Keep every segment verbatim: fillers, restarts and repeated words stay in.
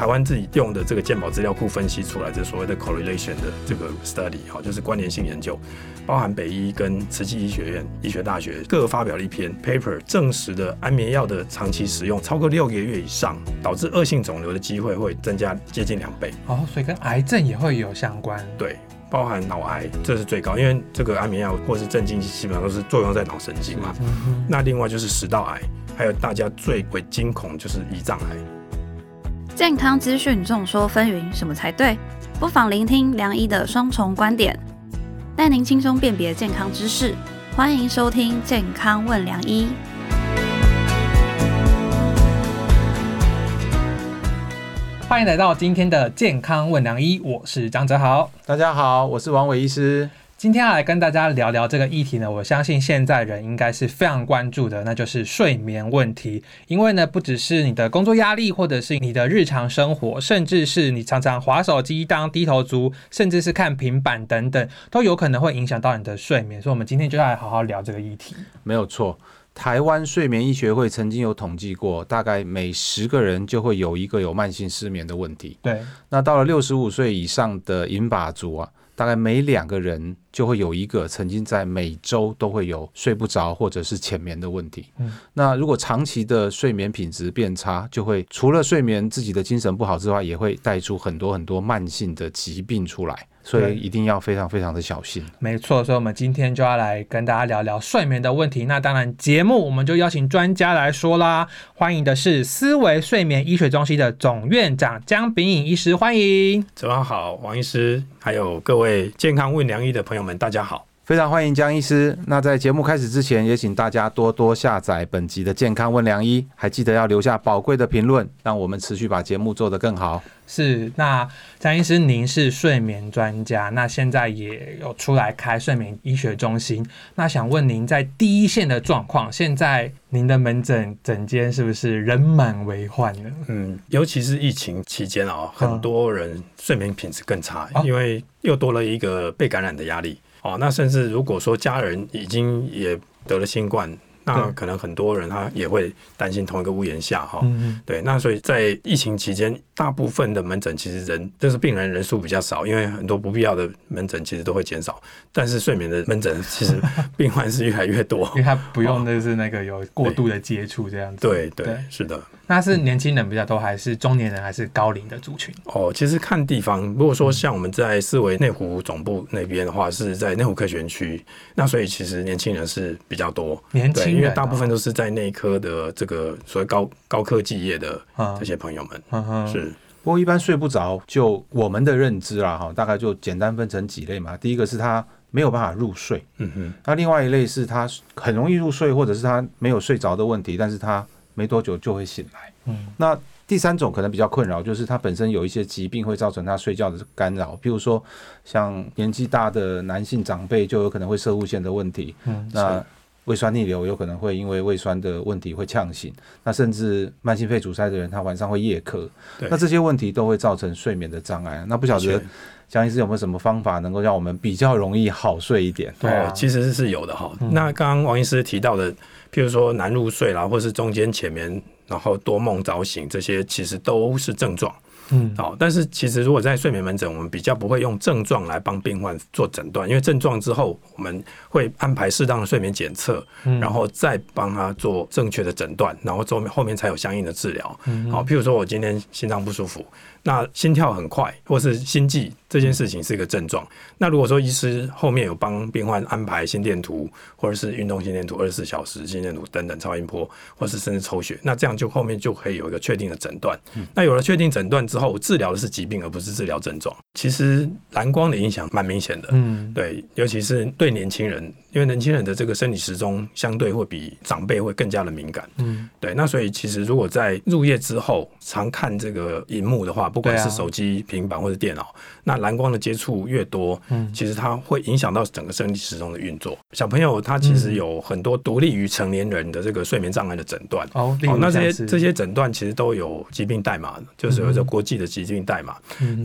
台湾自己用的这个健保资料库分析出来的所谓的 correlation 的这个 study， 就是关联性研究，包含北医跟慈济医学院、医学大学各发表了一篇 paper， 证实的安眠药的长期使用超过六个月以上，导致恶性肿瘤的机会会增加接近两倍。 哦，所以跟癌症也会有相关。 对。包含脑癌，这是最高，因为这个安眠药或是镇静剂基本上都是作用在脑神经嘛。嗯、那另外就是食道癌，还有大家最为惊恐就是胰脏癌。 健康资讯众说纷纭，什么才对？不妨聆听梁医的双重观点，带您轻松辨别健康知识。欢迎收听《健康问梁医》。 欢迎来到今天的健康问良医，我是张哲豪。 大家好，我是王伟医师。 今天要来跟大家聊聊这个议题呢，我相信现在人应该是非常关注的，那就是睡眠问题。因为呢，不只是你的工作压力，或者是你的日常生活，甚至是你常常滑手机当低头族，甚至是看平板等等，都有可能会影响到你的睡眠。所以我们今天就要来好好聊这个议题。 没有错。台湾睡眠医学会曾经有统计过，大概每十个人就会有一个有慢性失眠的问题。 对， 那到了六十五岁以上的银发族啊，大概每两个人就会有一个曾经在每周都会有睡不着或者是浅眠的问题。嗯，那如果长期的睡眠品质变差，就会除了睡眠自己的精神不好之外，也会带出很多很多慢性的疾病出来。所以一定要非常非常的小心。 没错，所以我们今天就要来跟大家聊聊睡眠的问题。那当然节目我们就邀请专家来说啦，欢迎的是思维睡眠医学中心的总院长江秉颖医师，欢迎。 早上好，王医师，还有各位健康问良医的朋友们，大家好。 非常欢迎江医师。那在节目开始之前，也请大家多多下载本集的健康问良医，还记得要留下宝贵的评论，让我们持续把节目做得更好。 是，那江医师您是睡眠专家，那现在也有出来开睡眠医学中心，那想问您在第一线的状况，现在您的门诊诊间是不是人满为患呢？ 嗯，尤其是疫情期间啊，很多人睡眠品质更差， 哦、 因为又多了一个被感染的压力。哦，那甚至如果说家人已经也得了新冠，那可能很多人他也会担心同一个屋檐下哈。嗯、对，那所以在疫情期间，大部分的门诊其实人就是病人人数比较少，因为很多不必要的门诊其实都会减少，但是睡眠的门诊其实病患是越来越多， 因为他不用的是那个有过度的接触这样子。 对 对, 对，是的。 那是年轻人比较多，还是中年人，还是高龄的族群？ 哦，其实看地方。如果说像我们在思维内湖总部那边的话，是在内湖科学园区，那所以其实年轻人是比较多。 年轻人、哦， 因为大部分都是在内科的这个所谓高高科技业的这些朋友们。嗯嗯、是。 不过一般睡不着，就我们的认知啦，大概就简单分成几类嘛。第一个是他没有办法入睡，嗯哼。那另外一类是他很容易入睡，或者是他没有睡着的问题，但是他没多久就会醒来。嗯，那第三种可能比较困扰，就是他本身有一些疾病会造成他睡觉的干扰，譬如说像年纪大的男性长辈就有可能会攝護腺的问题。嗯，那胃酸逆流有可能会因为胃酸的问题会呛醒，那甚至慢性肺阻塞的人他晚上会夜咳，那这些问题都会造成睡眠的障碍。那不晓得江医师有没有什么方法能够让我们比较容易好睡一点？ 对、啊，其实是有的哈、嗯。那刚刚王医师提到的，譬如说难入睡啦，或是中间浅眠，然后多梦早醒，这些其实都是症状。嗯，好，但是其实如果在睡眠门诊，我们比较不会用症状来帮病患做诊断，因为症状之后我们会安排适当的睡眠检测，嗯、然后再帮他做正确的诊断，然后后面才有相应的治疗。嗯、好，譬如说我今天心脏不舒服，那心跳很快或是心悸这件事情是一个症状。那如果说医师后面有帮病患安排心电图，或者是运动心电图、二十四小时心电图等等超音波，或是甚至抽血，那这样就后面就可以有一个确定的诊断。嗯、那有了确定诊断之后，治疗的是疾病而不是治疗症状。其实蓝光的影响蛮明显的，嗯，对，尤其是对年轻人，因为年轻人的这个生理时钟相对会比长辈会更加的敏感，嗯，对。那所以其实如果在入夜之后常看这个荧幕的话，不管是手机、平板或者电脑，那蓝光的接触越多，嗯，其实它会影响到整个生理时钟的运作。小朋友他其实有很多独立于成年人的这个睡眠障碍的诊断，哦，哦那这些这些诊断其实都有疾病代码，就是有一个国际的疾病代码。嗯、那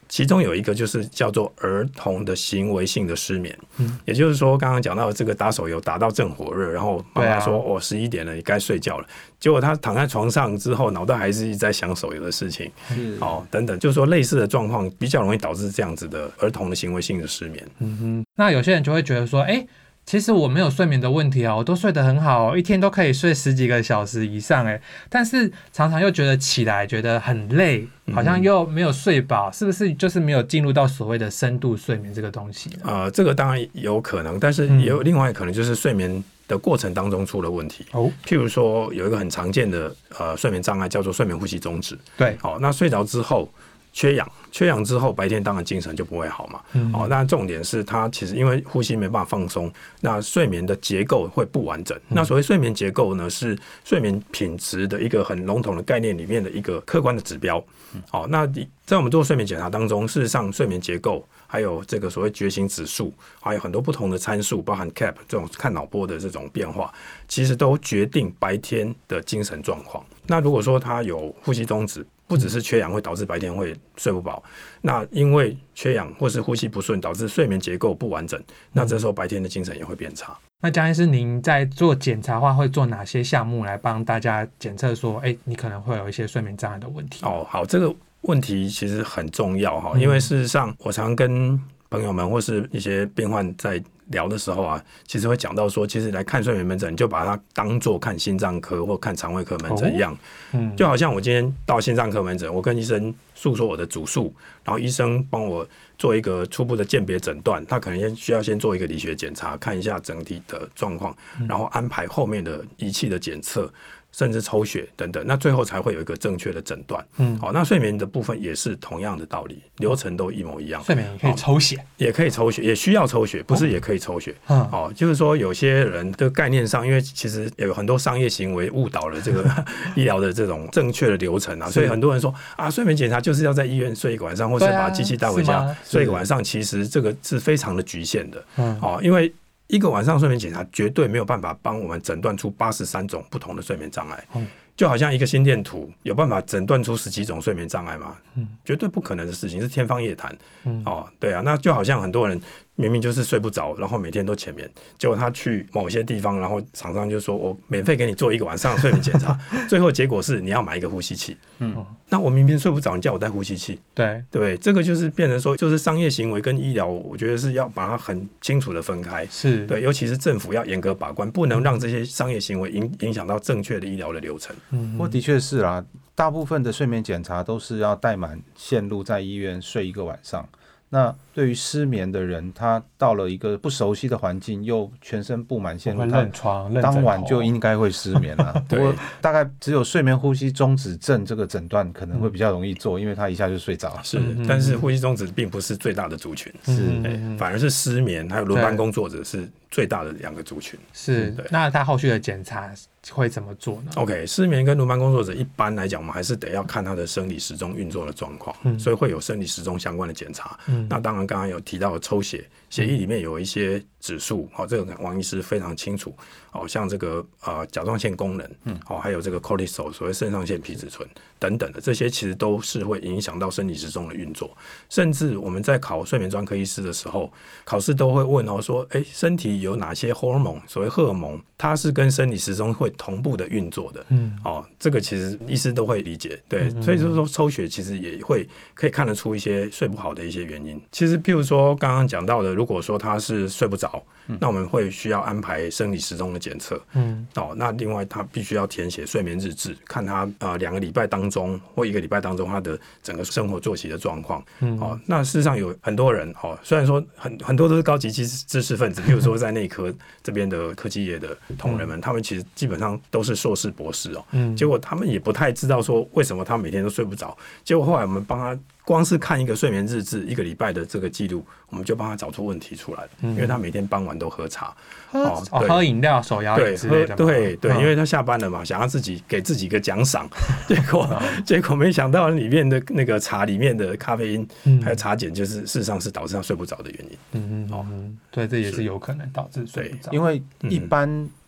其中有一个就是叫做儿童的行为性的失眠，嗯，也就是说刚刚讲到这个打手游打到正火热，然后妈妈说哦十一点了，你该睡觉了，结果他躺在床上之后，脑袋还是一直在想手游的事情，哦等等，就是说类似的状况比较容易导致这样子的儿童的行为性的失眠。 嗯哼，那有些人就会觉得说，哎、欸。其实我没有睡眠的问题啊，我都睡得很好，一天都可以睡十几个小时以上哎，但是常常又觉得起来觉得很累，好像又没有睡饱，是不是就是没有进入到所谓的深度睡眠这个东西呢？ 呃，这个当然有可能，但是也有另外可能就是睡眠的过程当中出了问题。哦，譬如说有一个很常见的呃睡眠障碍叫做睡眠呼吸中止。 对， 好、哦，那睡着之后。缺氧，缺氧之后，白天当然精神就不会好嘛。嗯，哦，那重点是它其实因为呼吸没办法放松，那睡眠的结构会不完整。嗯、那所谓睡眠结构呢，是睡眠品质的一个很笼统的概念里面的一个客观的指标。嗯、哦，那在我们做睡眠检查当中，事实上睡眠结构还有这个所谓觉醒指数，还有很多不同的参数，包含 C A P 这种看脑波的这种变化，其实都决定白天的精神状况。那如果说它有呼吸中止，不只是缺氧会导致白天会睡不饱，那因为缺氧或是呼吸不顺导致睡眠结构不完整，那这时候白天的精神也会变差。 那江医师，您在做检查的话，会做哪些项目来帮大家检测说，哎、欸，你可能会有一些睡眠障碍的问题？ 哦，好，这个问题其实很重要哈，因为事实上我常跟朋友们或是一些病患在聊的时候啊，其实会讲到说，其实来看睡眠门诊，你就把它当作看心脏科或看肠胃科门诊一样、哦嗯，就好像我今天到心脏科门诊，我跟医生诉说我的主诉，然后医生帮我做一个初步的鉴别诊断，他可能需要先做一个理学检查，看一下整体的状况，然后安排后面的仪器的检测。甚至抽血等等，那最后才会有一个正确的诊断。嗯，好，那睡眠的部分也是同样的道理，流程都一模一样。 睡眠也可以抽血， 也可以抽血，也需要抽血，不是也可以抽血。嗯，哦，就是说有些人的概念上，因为其实有很多商业行为误导了这个医疗的这种正确的流程啊，所以很多人说啊，睡眠检查就是要在医院睡一个晚上，或是把机器带回家、啊、睡一个晚上，其实这个是非常的局限的。嗯，哦，因为一个晚上睡眠检查绝对没有办法帮我们诊断出八十三种不同的睡眠障碍，嗯，就好像一个心电图有办法诊断出十几种睡眠障碍吗？嗯，绝对不可能的事情，是天方夜谭。嗯，哦，对啊，那就好像很多人明明就是睡不着，然后每天都浅眠，结果他去某些地方，然后厂商就说我免费给你做一个晚上的睡眠检查，最后结果是你要买一个呼吸器。嗯，那我明明睡不着，你叫我带呼吸器， 对对，这个就是变成说，就是商业行为跟医疗，我觉得是要把它很清楚的分开。 是对，尤其是政府要严格把关，不能让这些商业行为影影响到正确的医疗的流程。 嗯，不过的确是啦，大部分的睡眠检查都是要带满线路在医院睡一个晚上。那对于失眠的人，他到了一个不熟悉的环境，又全身布满线路， 认床认当晚就应该会失眠了。不过大概只有睡眠呼吸中止症这个诊断可能会比较容易做，因为他一下就睡着了。 是，但是呼吸中止并不是最大的族群，是、欸、反而是失眠还有轮班工作者是最大的两个族群。 是，那他后续的检查会怎么做呢 ？OK， 失眠跟轮班工作者一般来讲，我们还是得要看他的生理时钟运作的状况、嗯，所以会有生理时钟相关的检查。嗯，那当然刚刚有提到的抽血，血液里面有一些指数，哦，这个王医师非常清楚。哦，像这个呃甲状腺功能，嗯，哦，还有这个 cortisol， 所谓肾上腺皮质醇等等的，这些其实都是会影响到生理时钟的运作。甚至我们在考睡眠专科医师的时候，考试都会问哦，说，哎，身体有哪些 hormone， 所谓荷尔蒙，它是跟生理时钟会同步的运作的。嗯，哦，这个其实医师都会理解，对，嗯、所以就是说抽血其实也会可以看得出一些睡不好的一些原因。其实譬如说刚刚讲到的，如果说他是睡不着，嗯、那我们会需要安排生理时钟的检测。嗯，哦，那另外他必须要填写睡眠日志，看他呃两个礼拜当中或一个礼拜当中他的整个生活作息的状况。嗯，哦，那事实上有很多人哦，虽然说很很多都是高级知识分子，比如说在内科这边的科技业的同仁们，嗯、他们其实基本上都是硕士博士哦。嗯，结果他们也不太知道说为什么他每天都睡不着。结果后来我们帮他光是看一个睡眠日志一个礼拜的这个记录，我们就帮他找出问题出来了。嗯、因为他每天傍晚都喝茶， 喝哦哦喝饮料、手摇饮之类的嘛。 对对、嗯，因为他下班了嘛，想要自己给自己一个奖赏，结果、嗯、结果没想到里面的那个茶里面的咖啡因、嗯、还有茶碱，就是事实上是导致他睡不着的原因。 嗯嗯哦，对，这也是有可能导致睡不着。 因为一般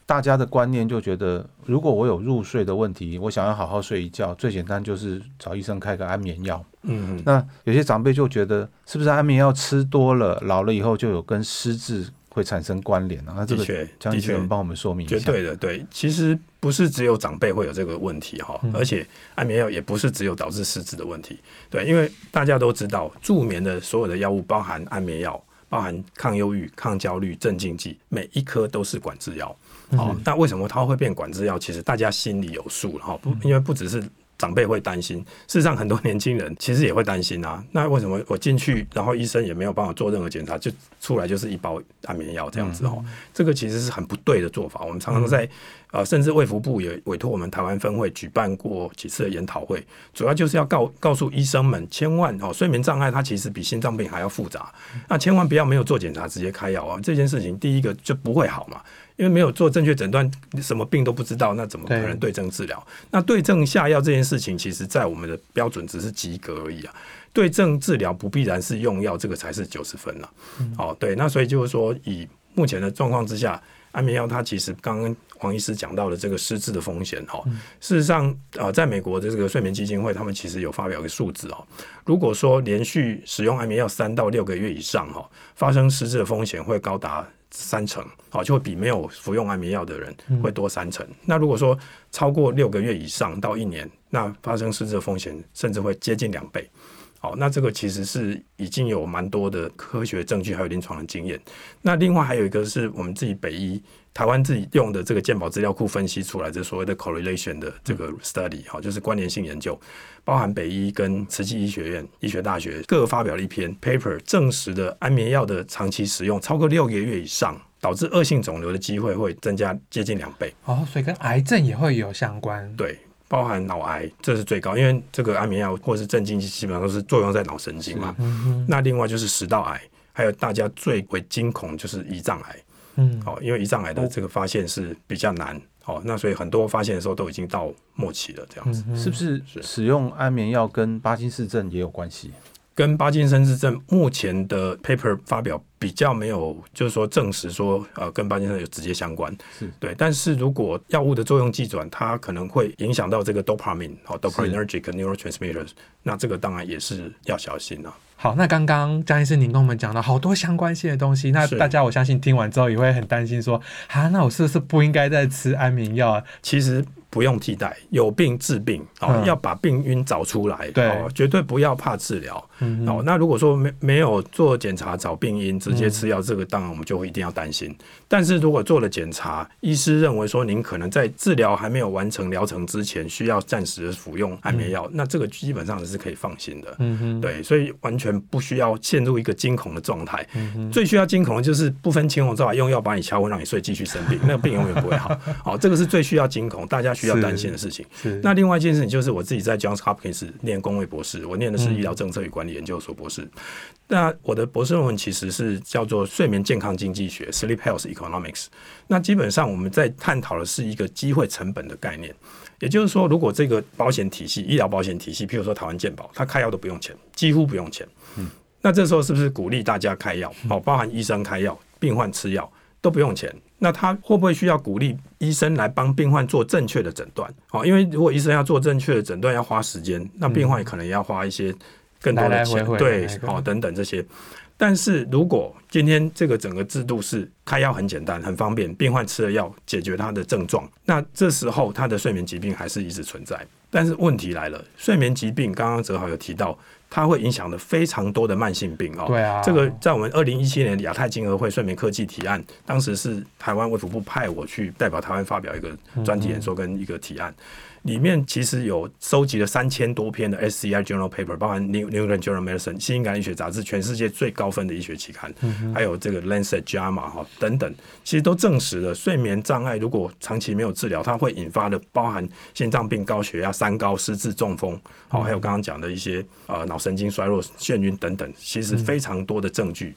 大家的观念就觉得，如果我有入睡的问题，我想要好好睡一觉，最简单就是找医生开个安眠药。嗯，那有些长辈就觉得，是不是安眠药吃多了，老了以后就有跟失智会产生关联啊？那这个江医生帮我们说明一下。 绝对的，对，其实不是只有长辈会有这个问题哈，嗯、而且安眠药也不是只有导致失智的问题。对，因为大家都知道，助眠的所有的药物，包含安眠药，包含抗忧郁、抗焦虑、镇静剂，每一颗都是管制药。哦，那为什么它会变管制药？其实大家心里有数哈，不，因为不只是长辈会担心，事实上很多年轻人其实也会担心啊。那为什么我进去，然后医生也没有帮我做任何检查，就出来就是一包安眠药这样子哦？这个其实是很不对的做法。我们常常在呃，甚至卫福部也委托我们台湾分会举办过几次的研讨会，主要就是要告告诉医生们，千万哦，睡眠障碍它其实比心脏病还要复杂，那千万不要没有做检查直接开药啊。这件事情第一个就不会好嘛。因为没有做正确诊断，什么病都不知道，那怎么可能对症治疗？那对症下药这件事情，其实在我们的标准只是及格而已啊。对症治疗不必然是用药，这个才是九十分了。嗯、哦，对，那所以就是说，以目前的状况之下，安眠药它其实刚刚黄医师讲到的这个失智的风险哈，嗯、事实上呃，在美国的这个睡眠基金会，他们其实有发表一个数字哦，如果说连续使用安眠药三到六个月以上哈，发生失智的风险会高达三成，好，就会比没有服用安眠药的人会多三成。嗯、那如果说超过六个月以上到一年，那发生失智的风险甚至会接近两倍。好，那这个其实是已经有蛮多的科学证据还有临床的经验。那另外还有一个是我们自己北医台湾自己用的这个健保资料库分析出来的所谓的 correlation 的这个 study， 好，就是关联性研究，包含北医跟慈济医学院、医学大学各发表了一篇 paper， 证实的安眠药的长期使用超过六个月以上，导致恶性肿瘤的机会会增加接近两倍。 哦，所以跟癌症也会有相关。 对。包含脑癌，这是最高，因为这个安眠药或是镇静剂基本上都是作用在脑神经嘛。嗯、那另外就是食道癌，还有大家最为惊恐就是胰脏癌。嗯，哦，因为胰脏癌的这个发现是比较难，哦，那所以很多发现的时候都已经到末期了，这样子。 嗯、是不是使用安眠药跟巴金氏症也有关系？ 跟巴金森氏症目前的 paper 发表比较没有，就是说证实说呃跟巴金森有直接相关，是对。但是如果药物的作用机转，它可能会影响到这个 dopamine 好 dopaminergic neurotransmitters， 那这个当然也是要小心啊。 好，那刚刚江医师您跟我们讲了好多相关性的东西，那大家我相信听完之后也会很担心说，啊，那我是不是不应该再吃安眠药啊？ 其实不用替代，有病治病，哦嗯、要把病因找出来，对、哦，绝对不要怕治疗。嗯、哦，那如果说没没有做检查找病因，直接吃药，嗯、这个当然我们就会一定要担心。但是如果做了检查，医师认为说您可能在治疗还没有完成疗程之前，需要暂时服用安眠药，嗯、那这个基本上是可以放心的。嗯哼，对，所以完全不需要陷入一个惊恐的状态。嗯、最需要惊恐的就是不分青红皂白用药把你敲昏让你睡，继续生病，那个病永远不会好。好、哦，这个是最需要惊恐，大家需要担心的事情。那另外一件事情就是我自己在 Johns Hopkins 念公卫博士，我念的是医疗政策与管理研究所博士。嗯、那我的博士论文其实是叫做睡眠健康经济学 （Sleep Health Economics）。那基本上我们在探讨的是一个机会成本的概念，也就是说，如果这个保险体系、医疗保险体系，譬如说台湾健保，它开药都不用钱，几乎不用钱。嗯、那这时候是不是鼓励大家开药？哦，包含医生开药、病患吃药都不用钱。那他会不会需要鼓励医生来帮病患做正确的诊断？哦，因为如果医生要做正确的诊断要花时间，那病患可能也要花一些更多的钱， 来来回回对，哦，等等这些。但是如果今天这个整个制度是开药很简单、很方便，病患吃了药解决他的症状，那这时候他的睡眠疾病还是一直存在。但是问题来了，睡眠疾病刚刚哲豪有提到，它会影响的非常多的慢性病哦。 对啊， 这个在我们二零一七年亚太经合会睡眠科技提案，当时是台湾卫福部派我去代表台湾发表一个专题演说跟一个提案。嗯嗯里面其实有收集了三千多篇的 S C I Journal Paper， 包含 New England Journal of Medicine 新英格兰医学杂志，全世界最高分的医学期刊，嗯、还有这个 Lancet JAMA 等等，其实都证实了睡眠障碍如果长期没有治疗，它会引发的包含心脏病、高血压、三高、失智、中风，好、还有刚刚讲的一些呃脑神经衰弱、眩晕等等，其实非常多的证据。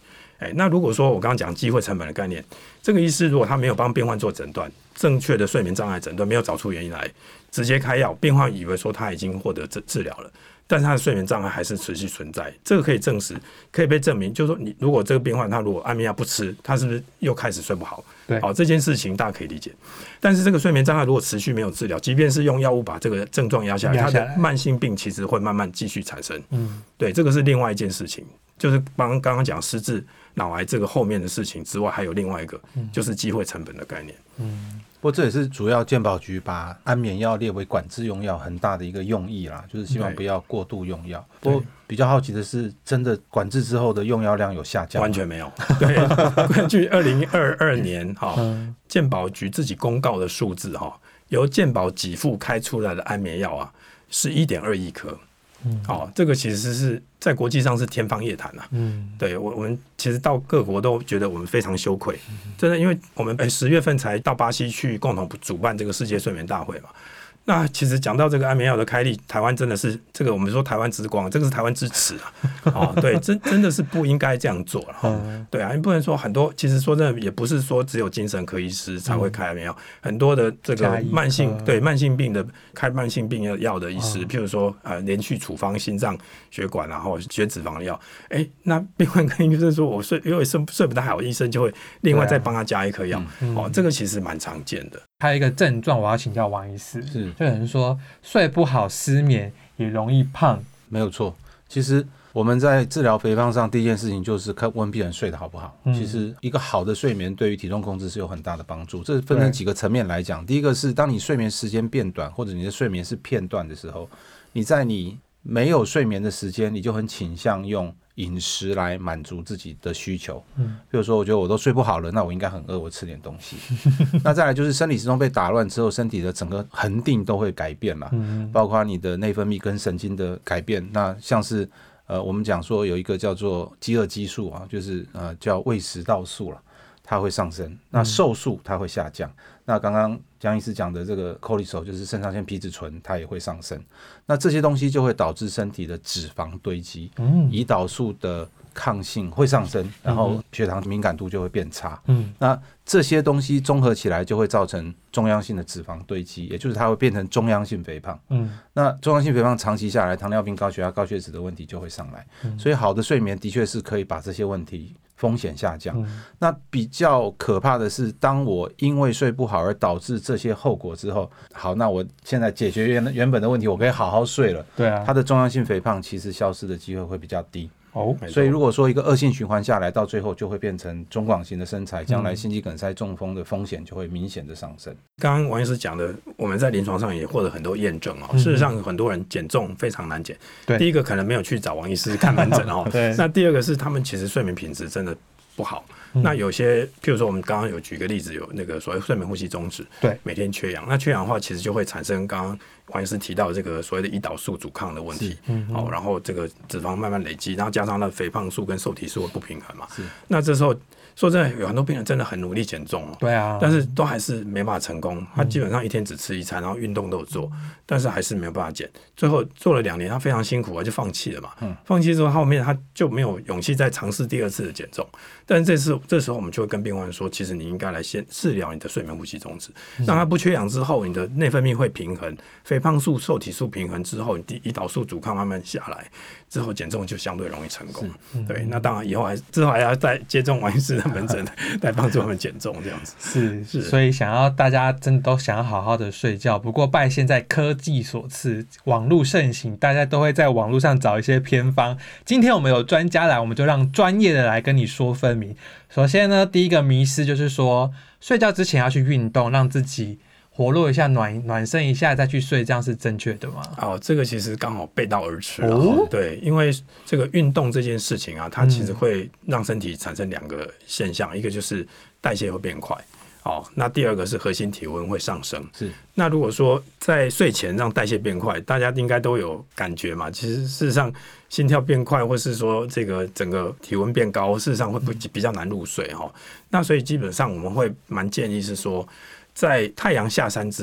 哎，那如果说我刚刚讲机会成本的概念，这个医师如果他没有帮病患做诊断，正确的睡眠障碍诊断，没有找出原因来，直接开药，病患以为说他已经获得治治疗了，但是他的睡眠障碍还是持续存在，这个可以证实，可以被证明，就是说你如果这个病患他如果安眠药不吃，他是不是又开始睡不好？ 对， 好，这件事情大家可以理解。但是这个睡眠障碍如果持续没有治疗，即便是用药物把这个症状压下来，他的慢性病其实会慢慢继续产生。嗯，对，这个是另外一件事情，就是帮刚刚讲失智、脑癌这个后面的事情之外，还有另外一个，就是机会成本的概念。嗯。 不过这也是主要健保局把安眠药列为管制用药很大的一个用意啦，就是希望不要过度用药。不过比较好奇的是，真的管制之后的用药量有下降吗？ 完全没有。对，根据二零二二年哈、哦、健保局自己公告的数字哈、哦，由健保给付开出来的安眠药啊，是一点二亿颗。嗯，哦，这个其实是在国际上是天方夜谭啊。嗯，对我我们其实到各国都觉得我们非常羞愧，真的，因为我们十月份才到巴西去共同主办这个世界睡眠大会嘛。那其实讲到这个安眠药的开立，台湾真的是这个我们说台湾之光，这个是台湾之耻啊！哦，对，真真的是不应该这样做了、哦。对啊，你不能说很多，其实说真的，也不是说只有精神科医师才会开安眠药，很多的这个慢性对慢性病的开慢性病药的医师，譬如说呃连续处方心脏血管然后血脂肪的药，哎，那病患跟医生说我睡因为睡睡不太好，医生就会另外再帮他加一颗药、嗯，哦，这个其实蛮常见的。 还有一个症状，我要请教王医师，是就有人说睡不好、失眠也容易胖， 没有错。其实我们在治疗肥胖上，第一件事情就是看问病人睡得好不好、嗯。其实一个好的睡眠对于体重控制是有很大的帮助。这分成几个层面来讲，第一个是当你睡眠时间变短，或者你的睡眠是片段的时候，你在你没有睡眠的时间，你就很倾向用饮食来满足自己的需求，嗯，比如说我觉得我都睡不好了，那我应该很饿，我吃点东西。那再来就是生理时钟被打乱之后，身体的整个恒定都会改变啦，嗯，包括你的内分泌跟神经的改变。那像是呃，我们讲说有一个叫做饥饿激素啊，就是呃叫胃食道素啦，它会上升。那瘦素它会下降。嗯，那刚刚江医师讲的这个 cortisol 就是肾上腺皮质醇，它也会上升。那这些东西就会导致身体的脂肪堆积，嗯，胰岛素的抗性会上升，然后血糖敏感度就会变差。嗯，那这些东西综合起来就会造成中央性的脂肪堆积，也就是它会变成中央性肥胖。嗯，那中央性肥胖长期下来，糖尿病、高血压、高血脂的问题就会上来。嗯，所以好的睡眠的确是可以把这些问题风险下降。嗯，那比较可怕的是，当我因为睡不好而导致这些后果之后，好，那我现在解决原原本的问题，我可以好好睡了。对啊，它的中央性肥胖其实消失的机会会比较低。哦，所以如果说一个恶性循环下来，到最后就会变成中广型的身材，将来心肌梗塞、中风的风险就会明显的上升。 刚刚王医师讲的，我们在临床上也获得很多验证哦。事实上，很多人减重非常难减。对，第一个可能没有去找王医师看门诊哦。对，那第二个是他们其实睡眠品质真的不好。那有些，譬如说我们刚刚有举个例子，有那个所谓睡眠呼吸中止，对，每天缺氧，那缺氧的话，其实就会产生刚刚王医师提到这个所谓的胰岛素阻抗的问题，嗯，哦，然后这个脂肪慢慢累积，然后加上那肥胖素跟瘦体素的不平衡嘛，是，那这时候说真的，有很多病人真的很努力减重哦，对啊，但是都还是没办法成功，他基本上一天只吃一餐，然后运动都有做，但是还是没有办法减，最后做了两年，他非常辛苦啊，就放弃了嘛，嗯，放弃之后后面他就没有勇气再尝试第二次的减重，但是这次这时候我们就会跟病患说，其实你应该来先治疗你的睡眠呼吸中止，让他不缺氧之后，你的内分泌会平衡，肥胖素、瘦体素平衡之后，你胰岛素阻抗慢慢下来之后，减重就相对容易成功。对，那当然以后还之后还要再接种王医师的门诊来帮助他们减重，这样子是是。所以想要大家真的都想要好好的睡觉，不过拜现在科技所赐，网络盛行，大家都会在网络上找一些偏方。今天我们有专家来，我们就让专业的来跟你说分明。首先呢，第一个迷思就是说，睡觉之前要去运动，让自己活络一下，暖暖身一下再去睡，这样是正确的吗？ 哦，这个其实刚好背道而驰、哦、对，因为这个运动这件事情啊，它其实会让身体产生两个现象、嗯、一个就是代谢会变快。哦，那第二个是核心体温会上升。是，那如果说在睡前让代谢变快，大家应该都有感觉嘛。其实事实上，心跳变快，或是说这个整个体温变高，事实上会比较难入睡哈、哦。那所以基本上我们会蛮建议是说，在太阳下山之前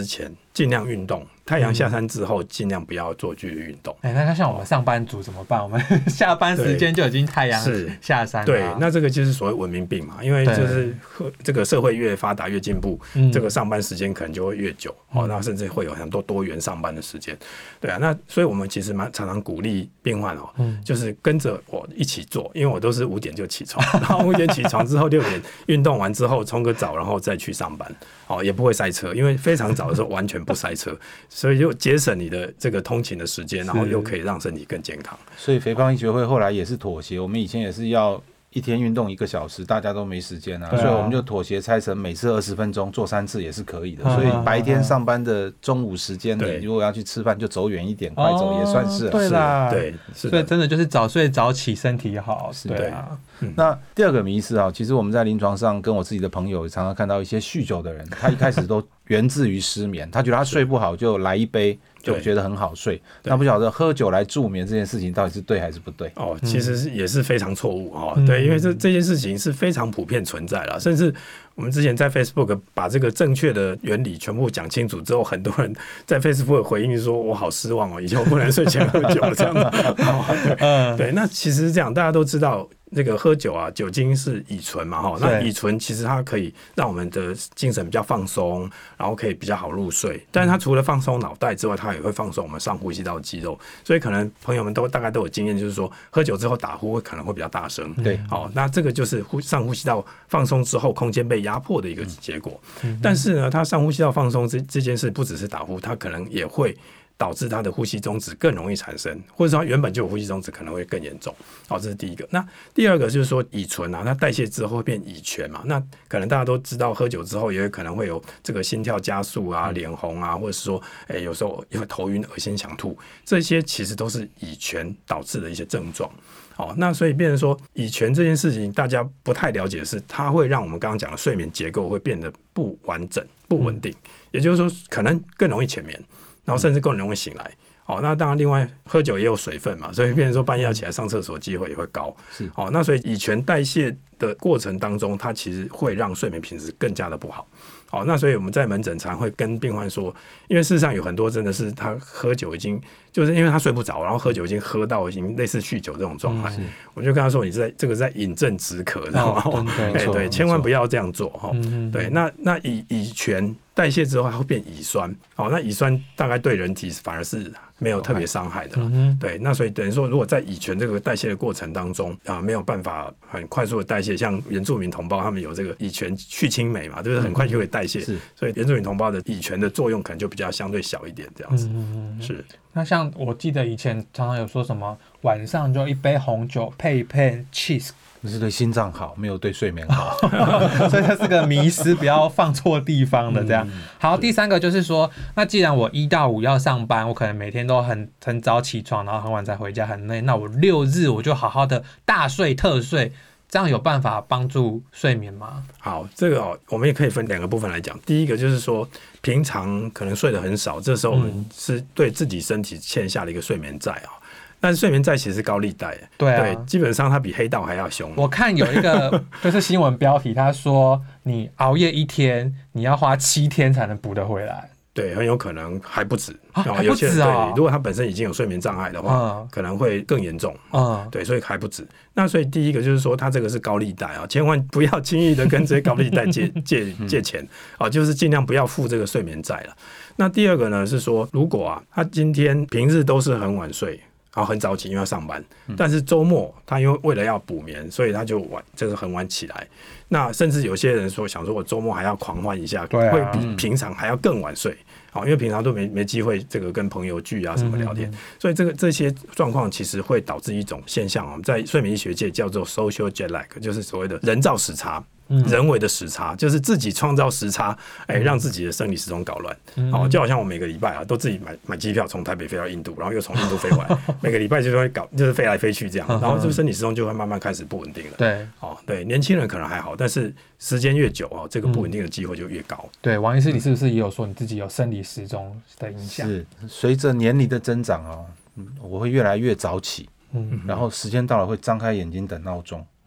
尽量运动。太阳下山之后，尽量不要做剧烈运动。 哎、欸，那像我们上班族怎么办？我们下班时间就已经太阳下山了、啊。 对，那这个就是所谓文明病嘛，因为就是这个社会越发达越进步，这个上班时间可能就会越久，哦、嗯，那甚至会有很多多元上班的时间。对啊，那所以我们其实蛮常常鼓励病患哦，嗯、就是跟着我一起做，因为我都是五点就起床，然后五点起床之后六点运动完之后冲个澡，然后再去上班，哦，也不会塞车，因为非常早的时候完全不塞车。所以就节省你的这个通勤的时间，然后又可以让身体更健康。 所以肥胖医学会后来也是妥协，我们以前也是要一天运动一个小时，大家都没时间啊，啊所以我们就妥协拆成每次二十分钟，做三次也是可以的。啊、所以白天上班的中午时间，你如果要去吃饭，就走远一点，快走也算是、啊。 对啦， 对， 所以真的就是早睡早起，身体好。对啊。 嗯、那第二个迷思啊，其实我们在临床上跟我自己的朋友常常看到一些酗酒的人，他一开始都源自于失眠，他觉得他睡不好就来一杯。就觉得很好睡，那不晓得喝酒来助眠这件事情到底是对还是不对？ 哦，其实是也是非常错误哦。嗯、对，因为这这件事情是非常普遍存在了，甚至我们之前在 Facebook 把这个正确的原理全部讲清楚之后，很多人在 Facebook 回应说：“我好失望哦，以后不能睡前喝酒这样子。哦”对，对，那其实是这样，大家都知道。这个喝酒啊，酒精是乙醇嘛，哈，那乙醇其实它可以让我们的精神比较放松，然后可以比较好入睡。但是它除了放松脑袋之外，它也会放松我们上呼吸道的肌肉。所以可能朋友们都大概都有经验，就是说喝酒之后打呼可能会比较大声。 对， 好，那这个就是呼上呼吸道放松之后，空间被压迫的一个结果。嗯、但是呢，它上呼吸道放松这这件事不只是打呼，它可能也会。导致他的呼吸中止更容易产生，或者说他原本就有呼吸中止，可能会更严重。好，这是第一个。那第二个就是说乙醇啊，它代谢之后会变乙醛嘛。那可能大家都知道，喝酒之后也有可能会有这个心跳加速啊、脸红啊，或者是说，哎、欸，有时候因为头晕、恶心、想吐，这些其实都是乙醛导致的一些症状。好，那所以变成说乙醛这件事情，大家不太了解的是，它会让我们刚刚讲的睡眠结构会变得不完整、不稳定，嗯、也就是说，可能更容易浅眠。然后甚至更容易醒来，哦，那当然，另外喝酒也有水分嘛，所以变成说半夜要起来上厕所机会也会高，是，哦，那所以乙醛代谢的过程当中，它其实会让睡眠品质更加的不好，哦，那所以我们在门诊常会跟病患说，因为事实上有很多真的是他喝酒已经就是因为他睡不着，然后喝酒已经喝到已经类似酗酒这种状态，嗯、我就跟他说，你在这个在饮鸩止渴，知道吗？ 哦、 对, 对, 对，千万不要这样做哈。嗯、对，那那乙乙醛代谢之后，它会变乙酸，哦，那乙酸大概对人体反而是没有特别伤害的，嗯、对，那所以等于说，如果在乙醛这个代谢的过程当中啊，没有办法很快速的代谢，像原住民同胞他们有这个乙醛去氢酶嘛，就是很快就可以代谢，嗯、所以原住民同胞的乙醛的作用可能就比较相对小一点，这样子，嗯、是。 那像我记得以前常常有说什么晚上就一杯红酒配一片 cheese。 那是对心脏好，没有对睡眠好， 所以它是个迷思，不要放错地方的这样。嗯、好，第三个就是说，那既然我一到五要上班，我可能每天都很很早起床，然后很晚才回家，很累。那我六日我就好好的大睡特睡，这样有办法帮助睡眠吗？ 好，这个、哦、我们也可以分两个部分来讲。第一个就是说，平常可能睡得很少，这时候我们是对自己身体欠下了一个睡眠债啊。但是睡眠债其实是高利贷， 对啊， 对，基本上它比黑道还要凶。 我看有一个就是新闻标题，他说你熬夜一天，你要花七天才能补得回来。 对，很有可能还不止， 啊、还不止啊！ 对，如果他本身已经有睡眠障碍的话，嗯、可能会更严重。嗯，对，所以还不止。那所以第一个就是说，他这个是高利贷啊，千万不要轻易的跟这些高利贷借借借钱啊，就是尽量不要付这个睡眠债了。那第二个呢是说，如果啊，他今天平日都是很晚睡。然后很早起，因为要上班，但是周末他因为为了要补眠，所以他就晚，就是很晚起来。那甚至有些人说，想说我周末还要狂欢一下，啊、会比平常还要更晚睡。好，因为平常都没没机会这个跟朋友聚啊什么聊天，嗯嗯嗯所以这个这些状况其实会导致一种现象，我们在睡眠医学界叫做 social jet lag， 就是所谓的人造时差。人为的时差就是自己创造时差，哎、欸，让自己的生理时钟搞乱。哦，就好像我每个礼拜啊，都自己买买机票从台北飞到印度，然后又从印度飞回来，每个礼拜就会搞，就是飞来飞去这样，然后这个生理时钟就会慢慢开始不稳定了。 对， 哦，对，年轻人可能还好，但是时间越久哦，这个不稳定的机会就越高。 嗯、对，王医师，你是不是也有说你自己有生理时钟的影响？ 是，随着年龄的增长哦，我会越来越早起，嗯，然后时间到了会张开眼睛等闹钟。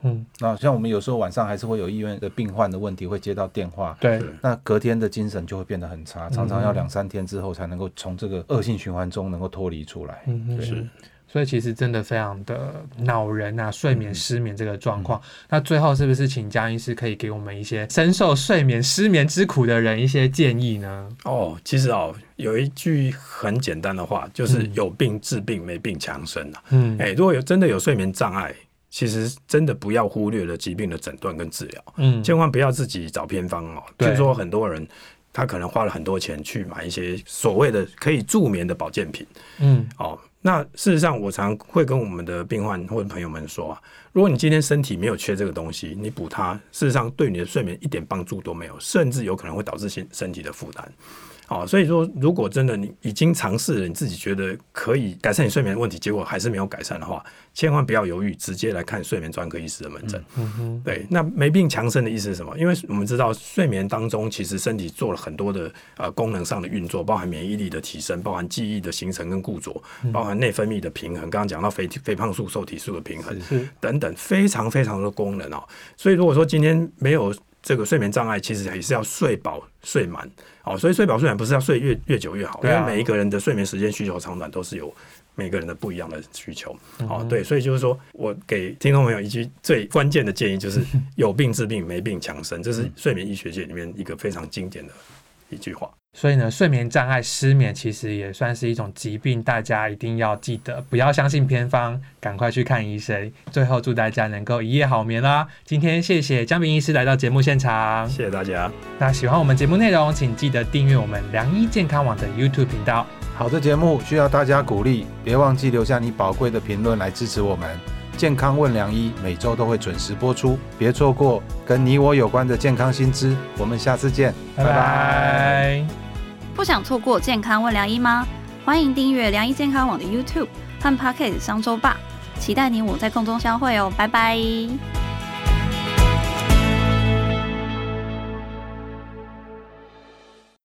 嗯，那像我们有时候晚上还是会有医院的病患的问题会接到电话， 对， 那隔天的精神就会变得很差，常常要两三天之后才能够从这个恶性循环中能够脱离出来。 嗯，是。所以其实真的非常的恼人啊，睡眠失眠这个状况、嗯。那最后是不是请江医师可以给我们一些深受睡眠失眠之苦的人一些建议呢？ 哦，其实哦，有一句很简单的话，就是有病治病，没病强身啊。嗯，哎、欸，如果有真的有睡眠障碍，其实真的不要忽略了疾病的诊断跟治疗。嗯，千万不要自己找偏方哦。譬如说很多人。他可能花了很多钱去买一些所谓的可以助眠的保健品，嗯，哦，那事实上我常会跟我们的病患或者朋友们说啊，如果你今天身体没有缺这个东西，你补它，事实上对你的睡眠一点帮助都没有，甚至有可能会导致身体的负担。哦，所以说，如果真的你已经尝试了，你自己觉得可以改善你睡眠的问题，结果还是没有改善的话，千万不要犹豫，直接来看睡眠专科医师的门诊。嗯哼，对，那没病强身的意思是什么？因为我们知道睡眠当中，其实身体做了很多的呃功能上的运作，包含免疫力的提升，包含记忆的形成跟固着，包含内分泌的平衡。刚刚讲到肥肥胖素、瘦体素的平衡等等，非常非常的功能哦。所以如果说今天没有这个睡眠障碍，其实也是要睡饱睡满。哦，所以睡饱睡满不是要睡越越久越好，因为每一个人的睡眠时间需求长短都是有每个人的不一样的需求。哦，对，所以就是说我给听众朋友一句最关键的建议，就是有病治病，没病强身，这是睡眠医学界里面一个非常经典的一句话。 所以呢，睡眠障碍失眠其实也算是一种疾病，大家一定要记得不要相信偏方，赶快去看医生。最后祝大家能够一夜好眠啦！今天谢谢江秉医师来到节目现场， 谢谢大家。 那喜欢我们节目内容，请记得订阅我们良医健康网的 YouTube 频道。 好的节目需要大家鼓励，别忘记留下你宝贵的评论来支持我们。健康问良医每周都会准时播出，别错过跟你我有关的健康新知。我们下次见，拜拜。 不想错过健康问良医吗？欢迎订阅良医健康网的 YouTube 和 Podcast 商周吧，期待你我在空中相会哦，拜拜。